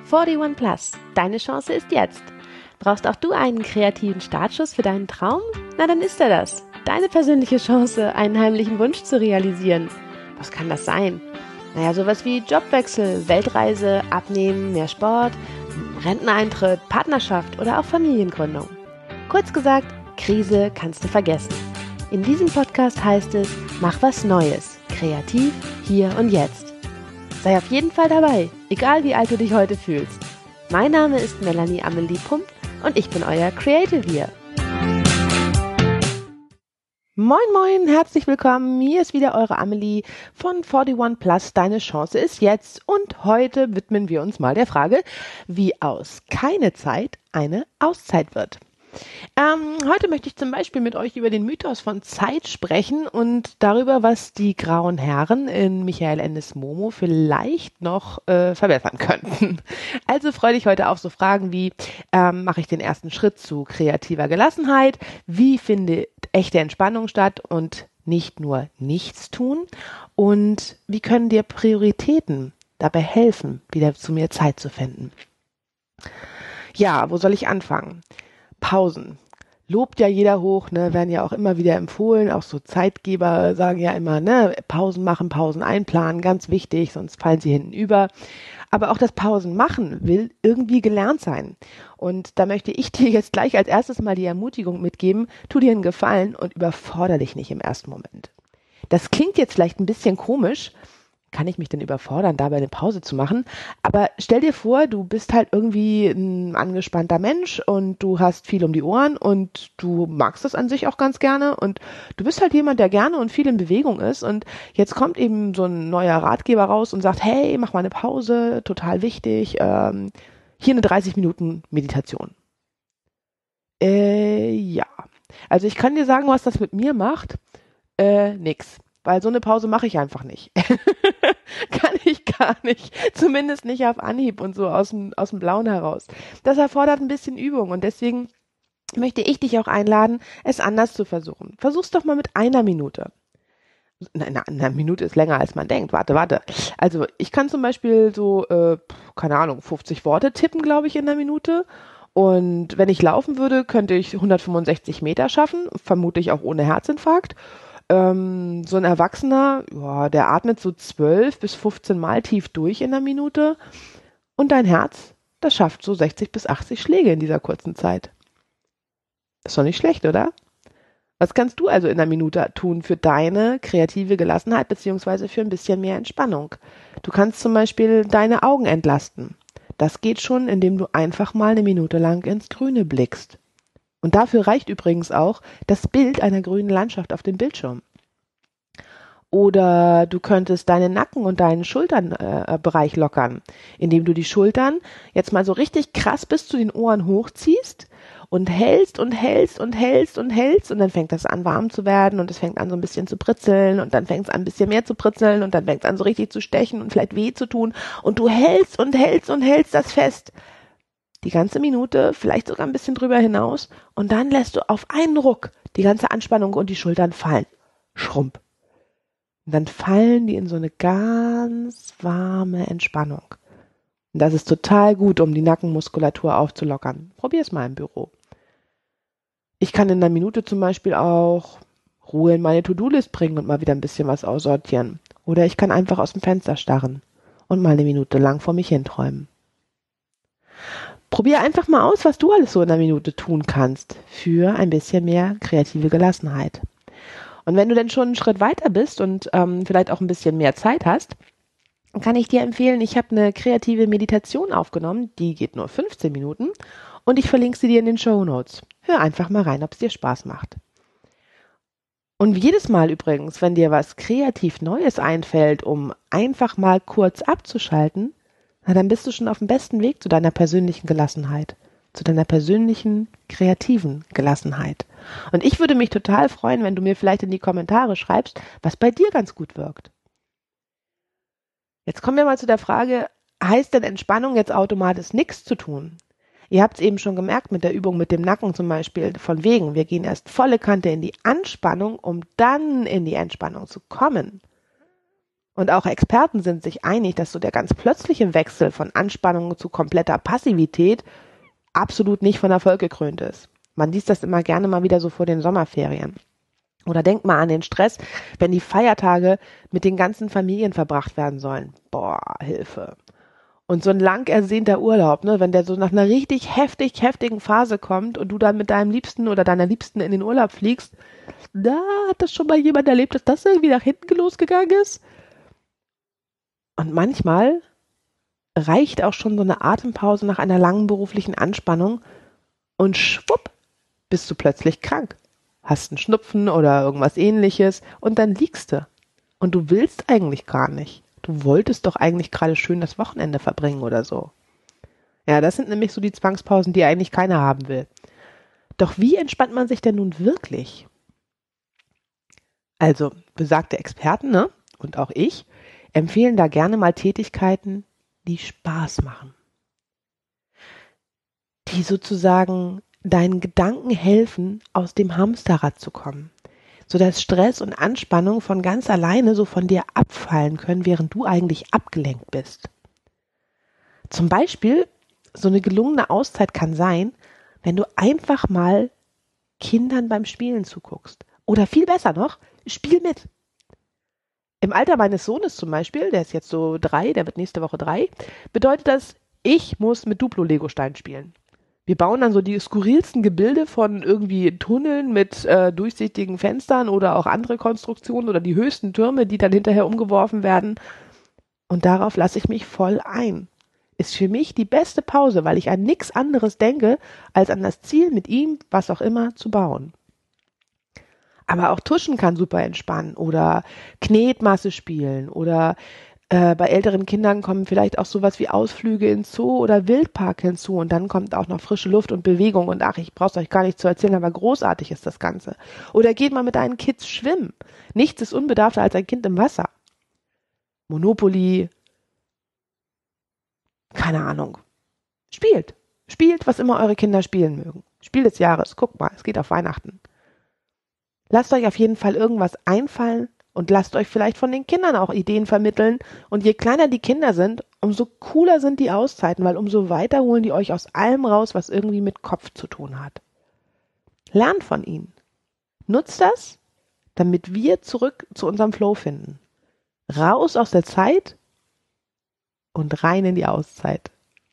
41 Plus, deine Chance ist jetzt. Brauchst auch du einen kreativen Startschuss für deinen Traum? Na, dann ist er das. Deine persönliche Chance, einen heimlichen Wunsch zu realisieren. Was kann das sein? Naja, sowas wie Jobwechsel, Weltreise, Abnehmen, mehr Sport, Renteneintritt, Partnerschaft oder auch Familiengründung. Kurz gesagt, Krise kannst du vergessen. In diesem Podcast heißt es, mach was Neues, kreativ, hier und jetzt. Sei auf jeden Fall dabei, egal wie alt du dich heute fühlst. Mein Name ist Melanie Amelie Pump und ich bin euer Creative hier. Moin moin, herzlich willkommen, hier ist wieder eure Amelie von 41 Plus, deine Chance ist jetzt und heute widmen wir uns mal der Frage, wie aus keine Zeit eine Auszeit wird. Heute möchte ich zum Beispiel mit euch über den Mythos von Zeit sprechen und darüber, was die grauen Herren in Michael Endes Momo vielleicht noch verbessern könnten. Also freue dich heute auf so Fragen wie, mache ich den ersten Schritt zu kreativer Gelassenheit? Wie findet echte Entspannung statt und nicht nur nichts tun? Und wie können dir Prioritäten dabei helfen, wieder zu mehr Zeit zu finden? Ja, wo soll ich anfangen? Pausen. Lobt ja jeder hoch, ne, werden ja auch immer wieder empfohlen, auch so Zeitgeber sagen ja immer, ne, Pausen machen, Pausen einplanen, ganz wichtig, sonst fallen sie hinten über. Aber auch das Pausen machen will irgendwie gelernt sein. Und da möchte ich dir jetzt gleich als erstes mal die Ermutigung mitgeben, tu dir einen Gefallen und überfordere dich nicht im ersten Moment. Das klingt jetzt vielleicht ein bisschen komisch, kann ich mich denn überfordern, dabei eine Pause zu machen? Aber stell dir vor, du bist halt irgendwie ein angespannter Mensch und du hast viel um die Ohren und du magst das an sich auch ganz gerne und du bist halt jemand, der gerne und viel in Bewegung ist und jetzt kommt eben so ein neuer Ratgeber raus und sagt, hey, mach mal eine Pause, total wichtig, hier eine 30 Minuten Meditation. Ja, also ich kann dir sagen, was das mit mir macht. Nix. Weil so eine Pause mache ich einfach nicht. Kann ich gar nicht. Zumindest nicht auf Anhieb und so aus dem Blauen heraus. Das erfordert ein bisschen Übung und deswegen möchte ich dich auch einladen, es anders zu versuchen. Versuch's doch mal mit einer Minute. Eine Minute ist länger, als man denkt. Warte. Also ich kann zum Beispiel so, 50 Worte tippen, glaube ich, in einer Minute. Und wenn ich laufen würde, könnte ich 165 Meter schaffen, vermutlich auch ohne Herzinfarkt. So ein Erwachsener, ja, der atmet so 12 bis 15 Mal tief durch in einer Minute und dein Herz, das schafft so 60 bis 80 Schläge in dieser kurzen Zeit. Ist doch nicht schlecht, oder? Was kannst du also in einer Minute tun für deine kreative Gelassenheit beziehungsweise für ein bisschen mehr Entspannung? Du kannst zum Beispiel deine Augen entlasten. Das geht schon, indem du einfach mal eine Minute lang ins Grüne blickst. Und dafür reicht übrigens auch das Bild einer grünen Landschaft auf dem Bildschirm. Oder du könntest deinen Nacken und deinen Schulternbereich lockern, indem du die Schultern jetzt mal so richtig krass bis zu den Ohren hochziehst und hältst und hältst und hältst und hältst und dann fängt das an warm zu werden und es fängt an so ein bisschen zu britzeln und dann fängt es an ein bisschen mehr zu britzeln und dann fängt es an so richtig zu stechen und vielleicht weh zu tun und du hältst und hältst und hältst das fest. Die ganze Minute, vielleicht sogar ein bisschen drüber hinaus und dann lässt du auf einen Ruck die ganze Anspannung und die Schultern fallen. Schrumpf. Und dann fallen die in so eine ganz warme Entspannung. Und das ist total gut, um die Nackenmuskulatur aufzulockern. Probier's mal im Büro. Ich kann in einer Minute zum Beispiel auch Ruhe in meine To-Do-List bringen und mal wieder ein bisschen was aussortieren. Oder ich kann einfach aus dem Fenster starren und mal eine Minute lang vor mich hinträumen. Probier einfach mal aus, was du alles so in einer Minute tun kannst für ein bisschen mehr kreative Gelassenheit. Und wenn du denn schon einen Schritt weiter bist und vielleicht auch ein bisschen mehr Zeit hast, kann ich dir empfehlen, ich habe eine kreative Meditation aufgenommen, die geht nur 15 Minuten und ich verlinke sie dir in den Shownotes. Hör einfach mal rein, ob es dir Spaß macht. Und jedes Mal übrigens, wenn dir was kreativ Neues einfällt, um einfach mal kurz abzuschalten, na, dann bist du schon auf dem besten Weg zu deiner persönlichen Gelassenheit, zu deiner persönlichen, kreativen Gelassenheit. Und ich würde mich total freuen, wenn du mir vielleicht in die Kommentare schreibst, was bei dir ganz gut wirkt. Jetzt kommen wir mal zu der Frage, heißt denn Entspannung jetzt automatisch nichts zu tun? Ihr habt es eben schon gemerkt mit der Übung mit dem Nacken zum Beispiel, von wegen, wir gehen erst volle Kante in die Anspannung, um dann in die Entspannung zu kommen. Und auch Experten sind sich einig, dass so der ganz plötzliche Wechsel von Anspannung zu kompletter Passivität absolut nicht von Erfolg gekrönt ist. Man liest das immer gerne mal wieder so vor den Sommerferien. Oder denkt mal an den Stress, wenn die Feiertage mit den ganzen Familien verbracht werden sollen. Boah, Hilfe. Und so ein lang ersehnter Urlaub, ne, wenn der so nach einer richtig heftigen Phase kommt und du dann mit deinem Liebsten oder deiner Liebsten in den Urlaub fliegst, da hat das schon mal jemand erlebt, dass das irgendwie nach hinten losgegangen ist. Und manchmal reicht auch schon so eine Atempause nach einer langen beruflichen Anspannung und schwupp, bist du plötzlich krank. Hast einen Schnupfen oder irgendwas ähnliches und dann liegst du. Und du willst eigentlich gar nicht. Du wolltest doch eigentlich gerade schön das Wochenende verbringen oder so. Ja, das sind nämlich so die Zwangspausen, die eigentlich keiner haben will. Doch wie entspannt man sich denn nun wirklich? Also, besagte Experten, ne, und auch ich, empfehlen da gerne mal Tätigkeiten, die Spaß machen. Die sozusagen deinen Gedanken helfen, aus dem Hamsterrad zu kommen, sodass Stress und Anspannung von ganz alleine so von dir abfallen können, während du eigentlich abgelenkt bist. Zum Beispiel, so eine gelungene Auszeit kann sein, wenn du einfach mal Kindern beim Spielen zuguckst. Oder viel besser noch, spiel mit. Im Alter meines Sohnes zum Beispiel, der ist jetzt so 3, der wird nächste Woche 3, bedeutet das, ich muss mit Duplo-Legosteinen spielen. Wir bauen dann so die skurrilsten Gebilde von irgendwie Tunneln mit durchsichtigen Fenstern oder auch andere Konstruktionen oder die höchsten Türme, die dann hinterher umgeworfen werden. Und darauf lasse ich mich voll ein. Ist für mich die beste Pause, weil ich an nichts anderes denke, als an das Ziel, mit ihm, was auch immer, zu bauen. Aber auch Tuschen kann super entspannen oder Knetmasse spielen oder bei älteren Kindern kommen vielleicht auch sowas wie Ausflüge ins Zoo oder Wildpark hinzu und dann kommt auch noch frische Luft und Bewegung und ach, ich brauch's euch gar nicht zu erzählen, aber großartig ist das Ganze. Oder geht mal mit deinen Kids schwimmen. Nichts ist unbedarfter als ein Kind im Wasser. Monopoly, keine Ahnung. Spielt. Spielt, was immer eure Kinder spielen mögen. Spiel des Jahres. Guckt mal, es geht auf Weihnachten. Lasst euch auf jeden Fall irgendwas einfallen und lasst euch vielleicht von den Kindern auch Ideen vermitteln. Und je kleiner die Kinder sind, umso cooler sind die Auszeiten, weil umso weiter holen die euch aus allem raus, was irgendwie mit Kopf zu tun hat. Lernt von ihnen. Nutzt das, damit wir zurück zu unserem Flow finden. Raus aus der Zeit und rein in die Auszeit.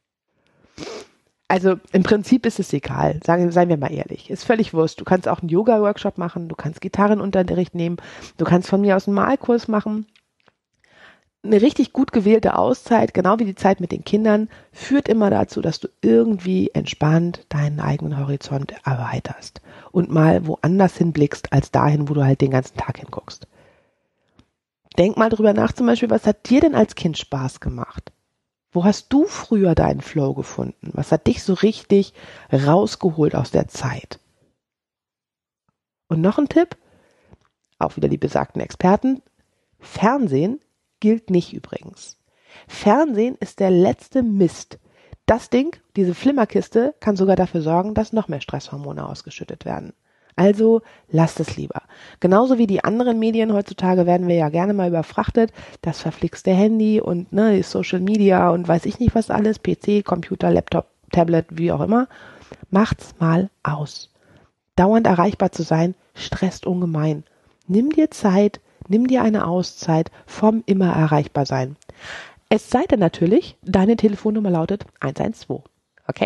Also im Prinzip ist es egal, seien wir mal ehrlich. Ist völlig wurscht. Du kannst auch einen Yoga-Workshop machen, du kannst Gitarrenunterricht nehmen, du kannst von mir aus einen Malkurs machen. Eine richtig gut gewählte Auszeit, genau wie die Zeit mit den Kindern, führt immer dazu, dass du irgendwie entspannt deinen eigenen Horizont erweiterst und mal woanders hinblickst, als dahin, wo du halt den ganzen Tag hinguckst. Denk mal drüber nach, zum Beispiel, was hat dir denn als Kind Spaß gemacht? Wo hast du früher deinen Flow gefunden? Was hat dich so richtig rausgeholt aus der Zeit? Und noch ein Tipp, auch wieder die besagten Experten, Fernsehen gilt nicht übrigens. Fernsehen ist der letzte Mist. Das Ding, diese Flimmerkiste, kann sogar dafür sorgen, dass noch mehr Stresshormone ausgeschüttet werden. Also lasst es lieber. Genauso wie die anderen Medien heutzutage werden wir ja gerne mal überfrachtet. Das verflixte Handy und die Social Media und weiß ich nicht was alles, PC, Computer, Laptop, Tablet, wie auch immer. Macht's mal aus. Dauernd erreichbar zu sein, stresst ungemein. Nimm dir Zeit, nimm dir eine Auszeit vom immer erreichbar sein. Es sei denn natürlich, deine Telefonnummer lautet 112. Okay?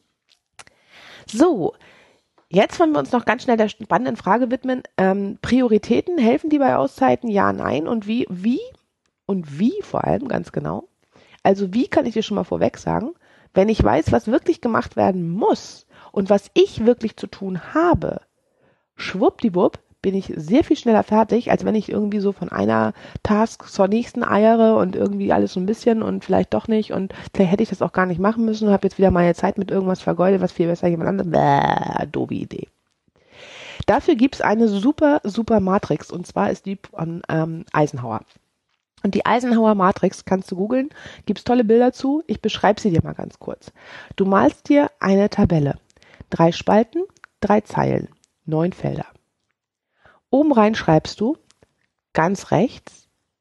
So. Jetzt wollen wir uns noch ganz schnell der spannenden Frage widmen. Prioritäten, helfen die bei Auszeiten? Ja, nein. Und wie? Wie? Und wie vor allem, ganz genau. Also wie kann ich dir schon mal vorweg sagen, wenn ich weiß, was wirklich gemacht werden muss und was ich wirklich zu tun habe, schwuppdiwupp bin ich sehr viel schneller fertig, als wenn ich irgendwie so von einer Task zur nächsten eiere und irgendwie alles so ein bisschen und vielleicht doch nicht und vielleicht hätte ich das auch gar nicht machen müssen und habe jetzt wieder meine Zeit mit irgendwas vergeudet, was viel besser jemand anderes. Doofe Idee. Dafür gibt's eine super Matrix und zwar ist die von Eisenhower. Und die Eisenhower Matrix kannst du googeln, gibt's tolle Bilder zu, ich beschreibe sie dir mal ganz kurz. Du malst dir eine Tabelle, 3 Spalten, 3 Zeilen, 9 Felder. Oben rein schreibst du ganz rechts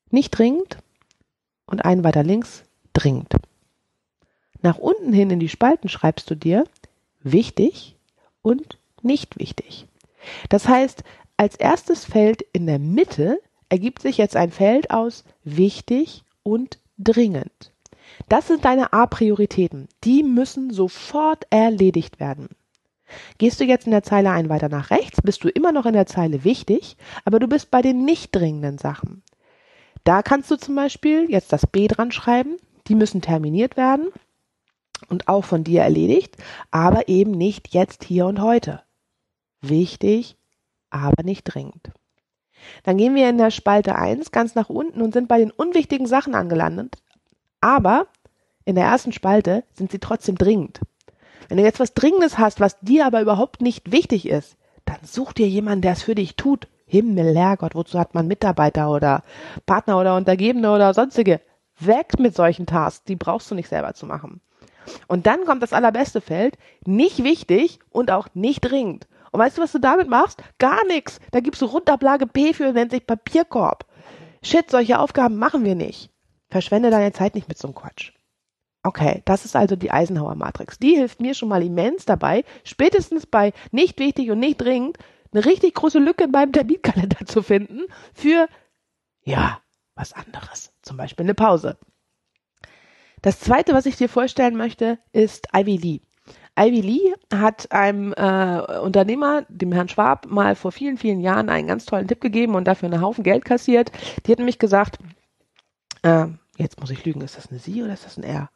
nicht dringend und einen weiter links dringend. Nach unten hin in die Spalten schreibst du dir wichtig und nicht wichtig. Das heißt, als erstes Feld in der Mitte ergibt sich jetzt ein Feld aus wichtig und dringend. Das sind deine A-Prioritäten. Die müssen sofort erledigt werden. Gehst du jetzt in der Zeile ein weiter nach rechts, bist du immer noch in der Zeile wichtig, aber du bist bei den nicht dringenden Sachen. Da kannst du zum Beispiel jetzt das B dran schreiben. Die müssen terminiert werden und auch von dir erledigt, aber eben nicht jetzt, hier und heute. Wichtig, aber nicht dringend. Dann gehen wir in der Spalte 1 ganz nach unten und sind bei den unwichtigen Sachen angelandet, aber in der ersten Spalte sind sie trotzdem dringend. Wenn du jetzt was Dringendes hast, was dir aber überhaupt nicht wichtig ist, dann such dir jemanden, der es für dich tut. Himmel, Herrgott, wozu hat man Mitarbeiter oder Partner oder Untergebene oder sonstige? Weg mit solchen Tasks, die brauchst du nicht selber zu machen. Und dann kommt das allerbeste Feld, nicht wichtig und auch nicht dringend. Und weißt du, was du damit machst? Gar nichts. Da gibst du Rundablage P für, nennt sich Papierkorb. Shit, solche Aufgaben machen wir nicht. Verschwende deine Zeit nicht mit so einem Quatsch. Okay, das ist also die Eisenhower-Matrix. Die hilft mir schon mal immens dabei, spätestens bei nicht wichtig und nicht dringend eine richtig große Lücke in meinem Terminkalender zu finden für, ja, was anderes. Zum Beispiel eine Pause. Das zweite, was ich dir vorstellen möchte, ist Ivy Lee. Ivy Lee hat einem Unternehmer, dem Herrn Schwab, mal vor vielen, vielen Jahren einen ganz tollen Tipp gegeben und dafür einen Haufen Geld kassiert. Die hat nämlich gesagt, jetzt muss ich lügen, ist das eine Sie oder ist das ein R?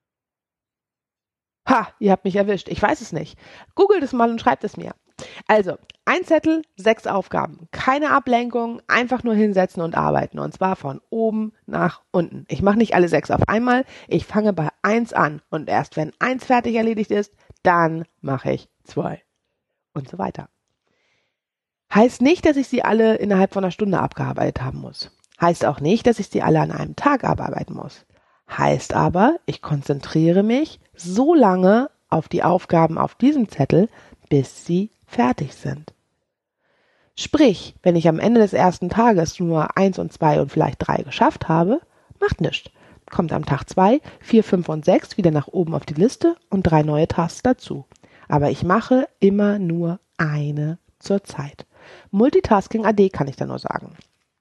Ha, ihr habt mich erwischt. Ich weiß es nicht. Googelt es mal und schreibt es mir. Also, ein Zettel, 6 Aufgaben. Keine Ablenkung, einfach nur hinsetzen und arbeiten. Und zwar von oben nach unten. Ich mache nicht alle 6 auf einmal. Ich fange bei 1 an. Und erst wenn 1 fertig erledigt ist, dann mache ich 2. Und so weiter. Heißt nicht, dass ich sie alle innerhalb von einer Stunde abgearbeitet haben muss. Heißt auch nicht, dass ich sie alle an einem Tag abarbeiten muss. Heißt aber, ich konzentriere mich so lange auf die Aufgaben auf diesem Zettel, bis sie fertig sind. Sprich, wenn ich am Ende des ersten Tages nur 1 und 2 und vielleicht 3 geschafft habe, macht nichts. Kommt am Tag 2, 4, 5 und 6 wieder nach oben auf die Liste und 3 neue Tasks dazu. Aber ich mache immer nur eine zur Zeit. Multitasking AD kann ich da nur sagen.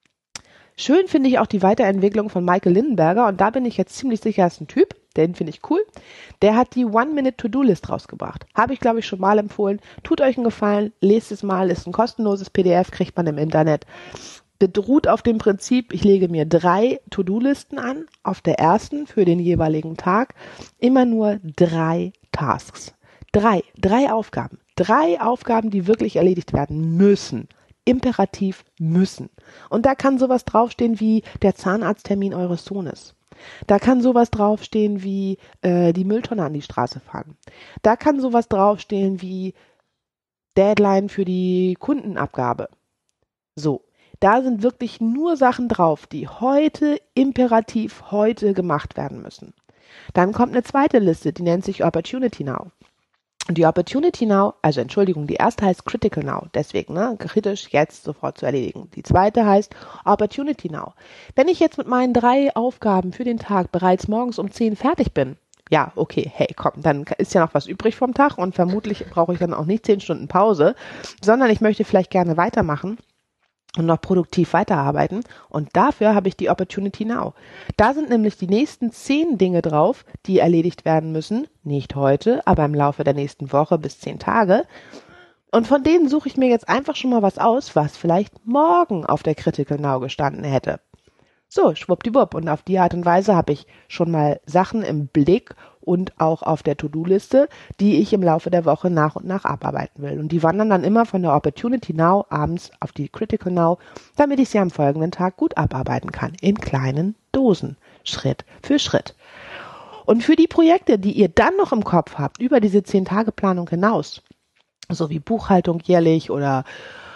Schön finde ich auch die Weiterentwicklung von Michael Lindenberger und da bin ich jetzt ziemlich sicher, ist ein Typ, den finde ich cool. Der hat die One-Minute-To-Do-List rausgebracht. Habe ich, glaube ich, schon mal empfohlen. Tut euch einen Gefallen, lest es mal, ist ein kostenloses PDF, kriegt man im Internet. Beruht auf dem Prinzip, ich lege mir 3 To-Do-Listen an, auf der ersten für den jeweiligen Tag immer nur 3 Tasks. 3 Aufgaben. 3 Aufgaben, die wirklich erledigt werden müssen. Imperativ müssen. Und da kann sowas draufstehen wie der Zahnarzttermin eures Sohnes. Da kann sowas draufstehen wie die Mülltonne an die Straße fahren. Da kann sowas draufstehen wie Deadline für die Kundenabgabe. So, da sind wirklich nur Sachen drauf, die heute imperativ heute gemacht werden müssen. Dann kommt eine zweite Liste, die nennt sich Opportunity Now. Und die Opportunity Now, also Entschuldigung, die erste heißt Critical Now, deswegen, kritisch jetzt sofort zu erledigen. Die zweite heißt Opportunity Now. Wenn ich jetzt mit meinen 3 Aufgaben für den Tag bereits morgens um 10 fertig bin, ja, okay, hey, komm, dann ist ja noch was übrig vom Tag und vermutlich brauche ich dann auch nicht 10 Stunden Pause, sondern ich möchte vielleicht gerne weitermachen und noch produktiv weiterarbeiten. Und dafür habe ich die Opportunity Now. Da sind nämlich die nächsten 10 Dinge drauf, die erledigt werden müssen. Nicht heute, aber im Laufe der nächsten Woche bis 10 Tage. Und von denen suche ich mir jetzt einfach schon mal was aus, was vielleicht morgen auf der Critical Now gestanden hätte. So, schwuppdiwupp. Und auf die Art und Weise habe ich schon mal Sachen im Blick und auch auf der To-Do-Liste, die ich im Laufe der Woche nach und nach abarbeiten will. Und die wandern dann immer von der Opportunity Now abends auf die Critical Now, damit ich sie am folgenden Tag gut abarbeiten kann. In kleinen Dosen. Schritt für Schritt. Und für die Projekte, die ihr dann noch im Kopf habt, über diese 10-Tage-Planung hinaus, so wie Buchhaltung jährlich oder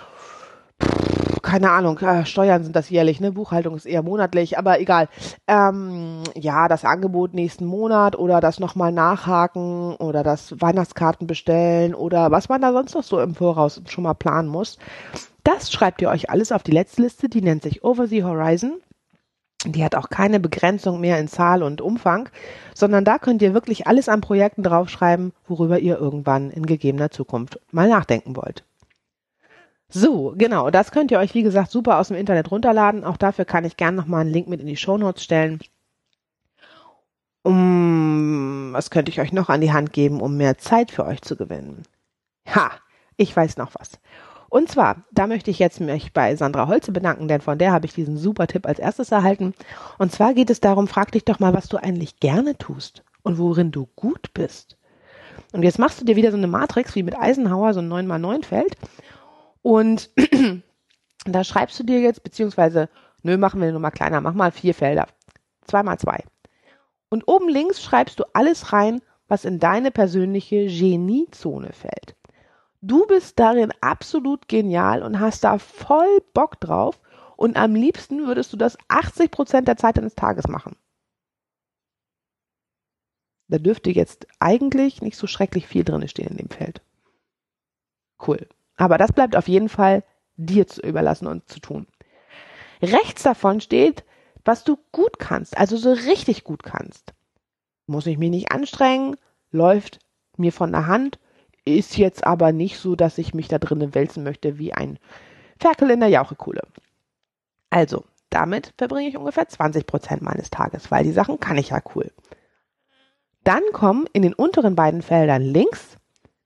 keine Ahnung, Steuern sind das jährlich, ne? Buchhaltung ist eher monatlich, aber egal. Ja, das Angebot nächsten Monat oder das nochmal nachhaken oder das Weihnachtskarten bestellen oder was man da sonst noch so im Voraus schon mal planen muss. Das schreibt ihr euch alles auf die letzte Liste, die nennt sich Over the Horizon. Die hat auch keine Begrenzung mehr in Zahl und Umfang, sondern da könnt ihr wirklich alles an Projekten draufschreiben, worüber ihr irgendwann in gegebener Zukunft mal nachdenken wollt. So, genau, das könnt ihr euch, wie gesagt, super aus dem Internet runterladen. Auch dafür kann ich gerne nochmal einen Link mit in die Shownotes stellen. Was könnte ich euch noch an die Hand geben, um mehr Zeit für euch zu gewinnen? Ha, ich weiß noch was. Und zwar, da möchte ich jetzt mich bei Sandra Holze bedanken, denn von der habe ich diesen super Tipp als erstes erhalten. Und zwar geht es darum, frag dich doch mal, was du eigentlich gerne tust und worin du gut bist. Und jetzt machst du dir wieder so eine Matrix wie mit Eisenhower, so ein 9x9-Feld. Und da schreibst du dir jetzt, beziehungsweise, machen wir nur mal kleiner, mach mal 4 Felder. 2x2. Und oben links schreibst du alles rein, was in deine persönliche Geniezone fällt. Du bist darin absolut genial und hast da voll Bock drauf und am liebsten würdest du das 80% der Zeit deines Tages machen. Da dürfte jetzt eigentlich nicht so schrecklich viel drin stehen in dem Feld. Cool. Aber das bleibt auf jeden Fall dir zu überlassen und zu tun. Rechts davon steht, was du gut kannst, also so richtig gut kannst. Muss ich mich nicht anstrengen, läuft mir von der Hand, ist jetzt aber nicht so, dass ich mich da drinnen wälzen möchte wie ein Ferkel in der Jauchekuhle. Also, damit verbringe ich ungefähr 20% meines Tages, weil die Sachen kann ich ja cool. Dann kommen in den unteren beiden Feldern links,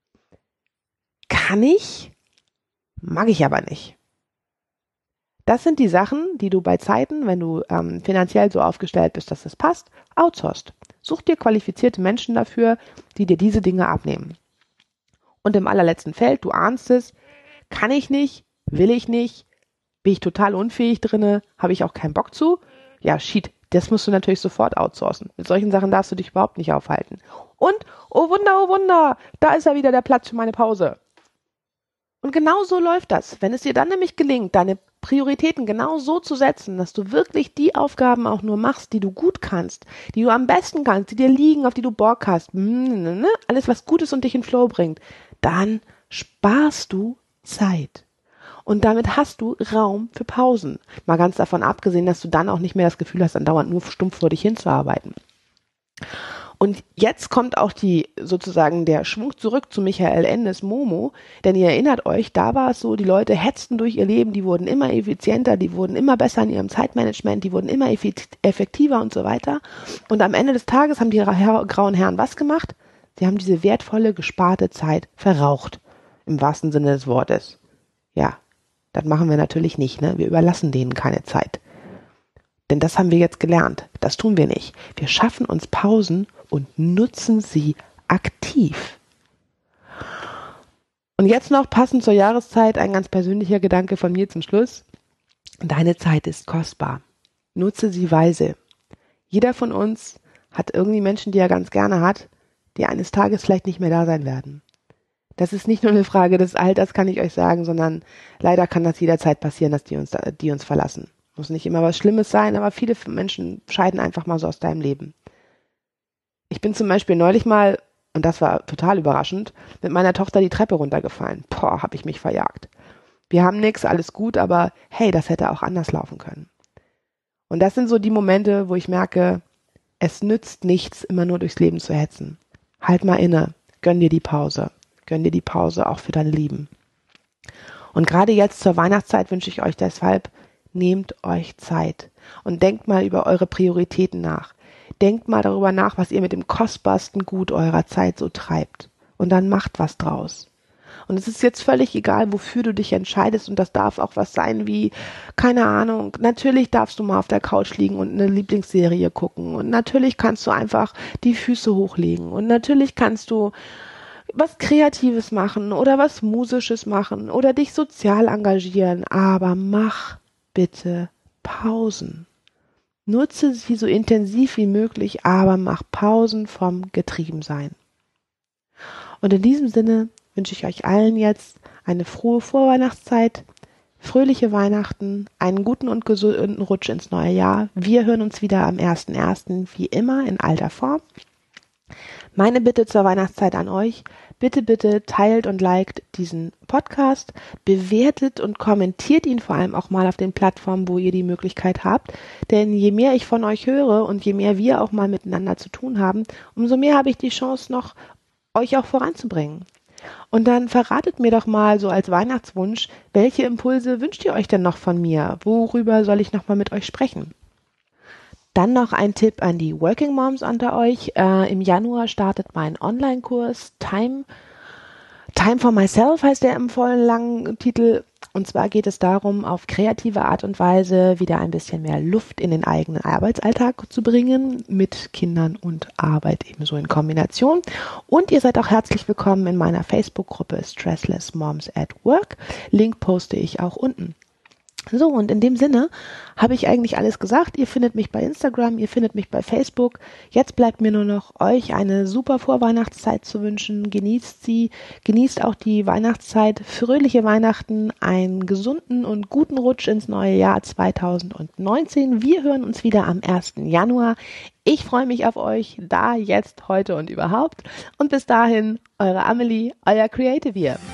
kann ich, mag ich aber nicht. Das sind die Sachen, die du bei Zeiten, wenn du finanziell so aufgestellt bist, dass es passt, outsourcest. Such dir qualifizierte Menschen dafür, die dir diese Dinge abnehmen. Und im allerletzten Feld, du ahnst es, kann ich nicht, will ich nicht, bin ich total unfähig drinne, habe ich auch keinen Bock zu. Ja, shit, das musst du natürlich sofort outsourcen. Mit solchen Sachen darfst du dich überhaupt nicht aufhalten. Und, oh Wunder, da ist ja wieder der Platz für meine Pause. Und genau so läuft das. Wenn es dir dann nämlich gelingt, deine Prioritäten genau so zu setzen, dass du wirklich die Aufgaben auch nur machst, die du gut kannst, die du am besten kannst, die dir liegen, auf die du Bock hast, alles was gut ist und dich in Flow bringt, dann sparst du Zeit. Und damit hast du Raum für Pausen. Mal ganz davon abgesehen, dass du dann auch nicht mehr das Gefühl hast, andauernd nur stumpf vor dich hinzuarbeiten. Und jetzt kommt auch sozusagen der Schwung zurück zu Michael Endes Momo, denn ihr erinnert euch, da war es so, die Leute hetzten durch ihr Leben, die wurden immer effizienter, die wurden immer besser in ihrem Zeitmanagement, die wurden immer effektiver und so weiter. Und am Ende des Tages haben die grauen Herren was gemacht? Sie haben diese wertvolle, gesparte Zeit verraucht, im wahrsten Sinne des Wortes. Ja, das machen wir natürlich nicht, ne? Wir überlassen denen keine Zeit. Denn das haben wir jetzt gelernt. Das tun wir nicht. Wir schaffen uns Pausen und nutzen sie aktiv. Und jetzt noch passend zur Jahreszeit ein ganz persönlicher Gedanke von mir zum Schluss. Deine Zeit ist kostbar. Nutze sie weise. Jeder von uns hat irgendwie Menschen, die er ganz gerne hat, die eines Tages vielleicht nicht mehr da sein werden. Das ist nicht nur eine Frage des Alters, kann ich euch sagen, sondern leider kann das jederzeit passieren, dass die uns verlassen. Muss nicht immer was Schlimmes sein, aber viele Menschen scheiden einfach mal so aus deinem Leben. Ich bin zum Beispiel neulich mal, und das war total überraschend, mit meiner Tochter die Treppe runtergefallen. Hab ich mich verjagt. Wir haben nichts, alles gut, aber hey, das hätte auch anders laufen können. Und das sind so die Momente, wo ich merke, es nützt nichts, immer nur durchs Leben zu hetzen. Halt mal inne, gönn dir die Pause. Gönn dir die Pause auch für deine Lieben. Und gerade jetzt zur Weihnachtszeit wünsche ich euch deshalb, nehmt euch Zeit und denkt mal über eure Prioritäten nach. Denkt mal darüber nach, was ihr mit dem kostbarsten Gut eurer Zeit so treibt. Und dann macht was draus. Und es ist jetzt völlig egal, wofür du dich entscheidest. Und das darf auch was sein wie, keine Ahnung, natürlich darfst du mal auf der Couch liegen und eine Lieblingsserie gucken. Und natürlich kannst du einfach die Füße hochlegen. Und natürlich kannst du was Kreatives machen oder was Musisches machen oder dich sozial engagieren. Aber mach bitte Pausen. Nutze sie so intensiv wie möglich, aber mach Pausen vom Getriebensein. Und in diesem Sinne wünsche ich euch allen jetzt eine frohe Vorweihnachtszeit, fröhliche Weihnachten, einen guten und gesunden Rutsch ins neue Jahr. Wir hören uns wieder am 1.1. wie immer in alter Form. Meine Bitte zur Weihnachtszeit an euch: Bitte, bitte teilt und liked diesen Podcast, bewertet und kommentiert ihn vor allem auch mal auf den Plattformen, wo ihr die Möglichkeit habt. Denn je mehr ich von euch höre und je mehr wir auch mal miteinander zu tun haben, umso mehr habe ich die Chance noch, euch auch voranzubringen. Und dann verratet mir doch mal so als Weihnachtswunsch, welche Impulse wünscht ihr euch denn noch von mir? Worüber soll ich noch mal mit euch sprechen? Dann noch ein Tipp an die Working Moms unter euch. Im Januar startet mein Online-Kurs Time for Myself heißt der im vollen langen Titel. Und zwar geht es darum, auf kreative Art und Weise wieder ein bisschen mehr Luft in den eigenen Arbeitsalltag zu bringen, mit Kindern und Arbeit ebenso in Kombination. Und ihr seid auch herzlich willkommen in meiner Facebook-Gruppe Stressless Moms at Work. Link poste ich auch unten. So, und in dem Sinne habe ich eigentlich alles gesagt. Ihr findet mich bei Instagram, ihr findet mich bei Facebook. Jetzt bleibt mir nur noch, euch eine super Vorweihnachtszeit zu wünschen. Genießt sie, genießt auch die Weihnachtszeit, fröhliche Weihnachten, einen gesunden und guten Rutsch ins neue Jahr 2019. Wir hören uns wieder am 1. Januar. Ich freue mich auf euch, da, jetzt, heute und überhaupt. Und bis dahin, eure Amelie, euer Creative Year.